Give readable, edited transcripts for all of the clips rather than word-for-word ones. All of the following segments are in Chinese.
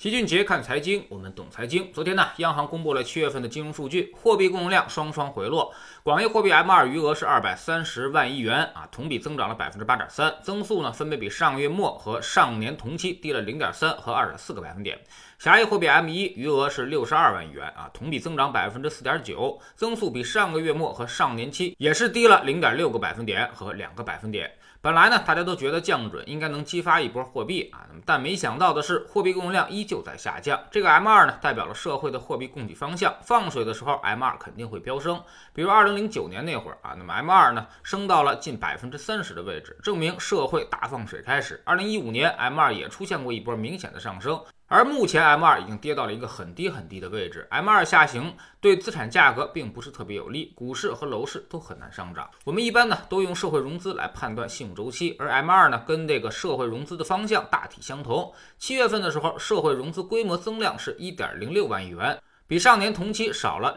齐俊杰看财经，我们懂财经。昨天呢，央行公布了7月份的金融数据，货币供应量双回落，广义货币 M2 余额是230万亿元啊，同比增长了 8.3%， 增速呢分别比上月末和上年同期低了 0.3 和 2.4个百分点。狭义货币 M1 余额是62万亿元啊，同比增长 4.9%， 增速比上个月末和上年期也是低了 0.6个百分点和2个百分点。本来呢，大家都觉得降准应该能激发一波货币啊，但没想到的是，货币供应量依旧在下降。这个 M2 呢，代表了社会的货币供给方向，放水的时候 M2 肯定会飙升。比如2009年那会儿啊，那么 M2 呢升到了近 30% 的位置，证明社会大放水开始。2015年 M2 也出现过一波明显的上升。而目前 M2 已经跌到了一个很低的位置， M2 下行对资产价格并不是特别有利，股市和楼市都很难上涨。我们一般呢都用社会融资来判断信用周期，而 M2 呢跟这个社会融资的方向大体相同。7月份的时候，社会融资规模增量是 1.06 万亿元，比上年同期少了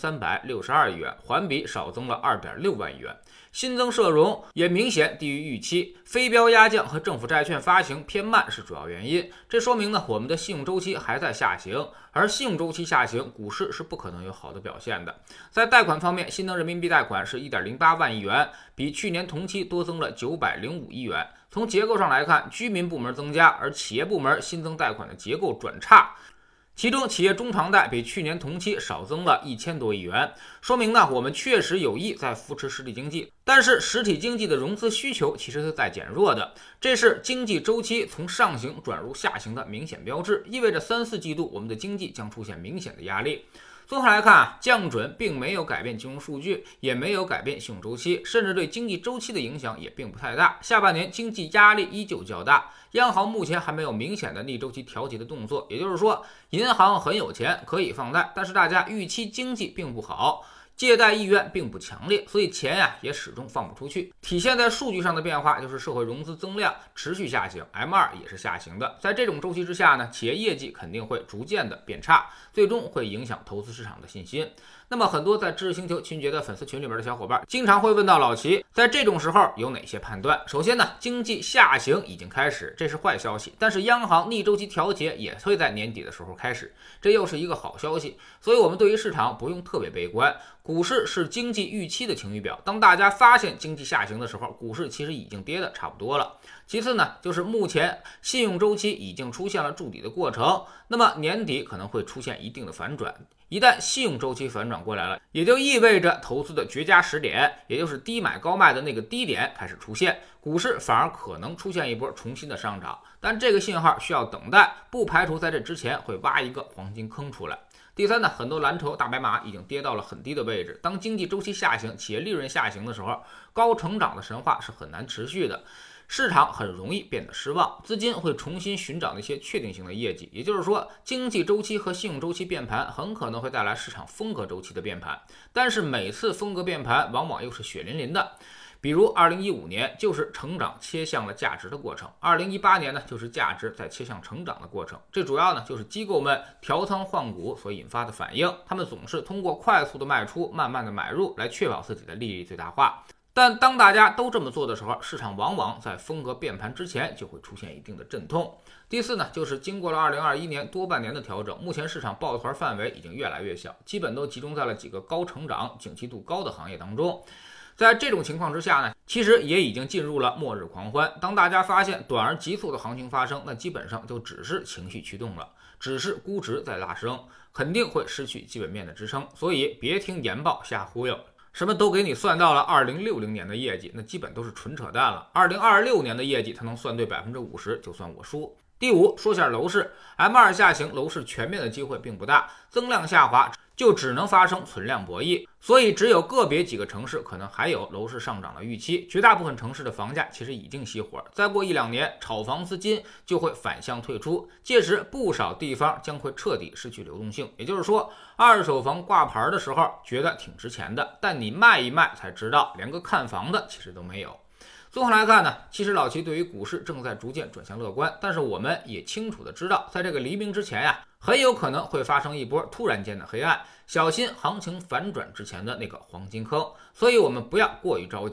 6362亿元，环比少增了 2.6 万亿元。新增社融也明显低于预期，非标压降和政府债券发行偏慢是主要原因。这说明呢，我们的信用周期还在下行，而信用周期下行，股市是不可能有好的表现的。在贷款方面，新增人民币贷款是 1.08 万亿元，比去年同期多增了905亿元。从结构上来看，居民部门增加，而企业部门新增贷款的结构转差。其中企业中长贷比去年同期少增了1000多亿元，说明呢，我们确实有意在扶持实体经济，但是实体经济的融资需求其实是在减弱的，这是经济周期从上行转入下行的明显标志，意味着3、4季度我们的经济将出现明显的压力。综合来看，降准并没有改变金融数据，也没有改变信用周期，甚至对经济周期的影响也并不太大。下半年经济压力依旧较大，央行目前还没有明显的逆周期调节的动作，也就是说，银行很有钱可以放贷，但是大家预期经济并不好，借贷意愿并不强烈，所以钱也始终放不出去。体现在数据上的变化就是社会融资增量持续下行， M2 也是下行的。在这种周期之下呢，企业业绩肯定会逐渐的变差，最终会影响投资市场的信心。那么很多在知识星球秦杰的粉丝群里面的小伙伴经常会问到老齐，在这种时候有哪些判断？首先呢，经济下行已经开始，这是坏消息，但是央行逆周期调节也会在年底的时候开始，这又是一个好消息。所以我们对于市场不用特别悲观，股市是经济预期的晴雨表，当大家发现经济下行的时候，股市其实已经跌得差不多了。其次呢，就是目前信用周期已经出现了筑底的过程，那么年底可能会出现一定的反转。一旦信用周期反转过来了，也就意味着投资的绝佳时点，也就是低买高卖的那个低点开始出现，股市反而可能出现一波重新的上涨，但这个信号需要等待，不排除在这之前会挖一个黄金坑出来。第三呢，很多蓝筹大白马已经跌到了很低的位置，当经济周期下行，企业利润下行的时候，高成长的神话是很难持续的，市场很容易变得失望，资金会重新寻找那些确定性的业绩，也就是说，经济周期和信用周期变盘很可能会带来市场风格周期的变盘，但是每次风格变盘往往又是血淋淋的。比如2015年就是成长切向了价值的过程，2018年呢就是价值在切向成长的过程，这主要呢就是机构们调仓换股所引发的反应，他们总是通过快速的卖出，慢慢的买入来确保自己的利益最大化。但当大家都这么做的时候，市场往往在风格变盘之前就会出现一定的阵痛。第四呢，就是经过了2021年多半年的调整，目前市场抱团范围已经越来越小，基本都集中在了几个高成长、景气度高的行业当中。在这种情况之下呢，其实也已经进入了末日狂欢。当大家发现短而急促的行情发生，那基本上就只是情绪驱动了，只是估值在拉升，肯定会失去基本面的支撑。所以别听研报瞎忽悠，什么都给你算到了2060年的业绩，那基本都是纯扯淡了。2026年的业绩它能算对 50%， 就算我输。第五，说下楼市 ，M2 下行，楼市全面的机会并不大，增量下滑就只能发生存量博弈，所以只有个别几个城市可能还有楼市上涨的预期，绝大部分城市的房价其实已经熄火，再过1-2年，炒房资金就会反向退出，届时不少地方将会彻底失去流动性。也就是说，二手房挂牌的时候觉得挺值钱的，但你卖一卖才知道，连个看房的其实都没有。综合来看呢，其实老齐对于股市正在逐渐转向乐观，但是我们也清楚的知道，在这个黎明之前很有可能会发生一波突然间的黑暗，小心行情反转之前的那个黄金坑，所以我们不要过于着急，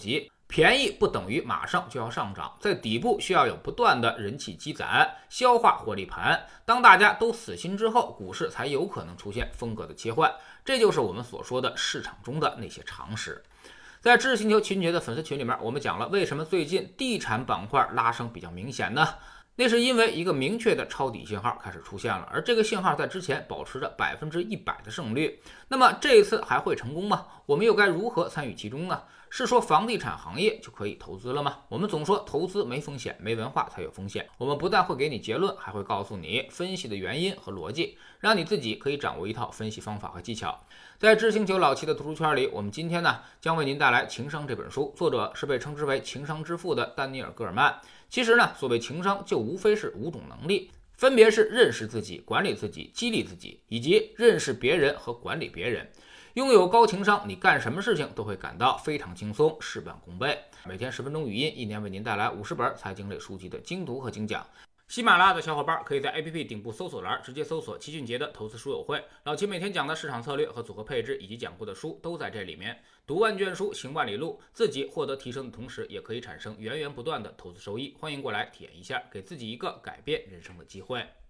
便宜不等于马上就要上涨，在底部需要有不断的人气积攒，消化获利盘。当大家都死心之后，股市才有可能出现风格的切换。这就是我们所说的市场中的那些常识。在知识星球秦杰的粉丝群里面，我们讲了为什么最近地产板块拉升比较明显呢？那是因为一个明确的抄底信号开始出现了，而这个信号在之前保持着100%的胜率。那么这一次还会成功吗？我们又该如何参与其中呢？是说房地产行业就可以投资了吗？我们总说投资没风险，没文化才有风险。我们不但会给你结论，还会告诉你分析的原因和逻辑，让你自己可以掌握一套分析方法和技巧。在知星球老七的读书圈里，我们今天呢将为您带来《情商》这本书，作者是被称之为情商之父的丹尼尔·戈尔曼。其实呢，所谓情商就无非是5种能力，分别是认识自己、管理自己、激励自己，以及认识别人和管理别人。拥有高情商，你干什么事情都会感到非常轻松，事半功倍。每天10分钟语音，一年为您带来50本财经类书籍的精读和精讲。喜马拉雅的小伙伴可以在 APP 顶部搜索栏直接搜索齐俊杰的投资书友会，老齐每天讲的市场策略和组合配置以及讲过的书都在这里面。读万卷书，行万里路，自己获得提升的同时，也可以产生源源不断的投资收益。欢迎过来体验一下，给自己一个改变人生的机会。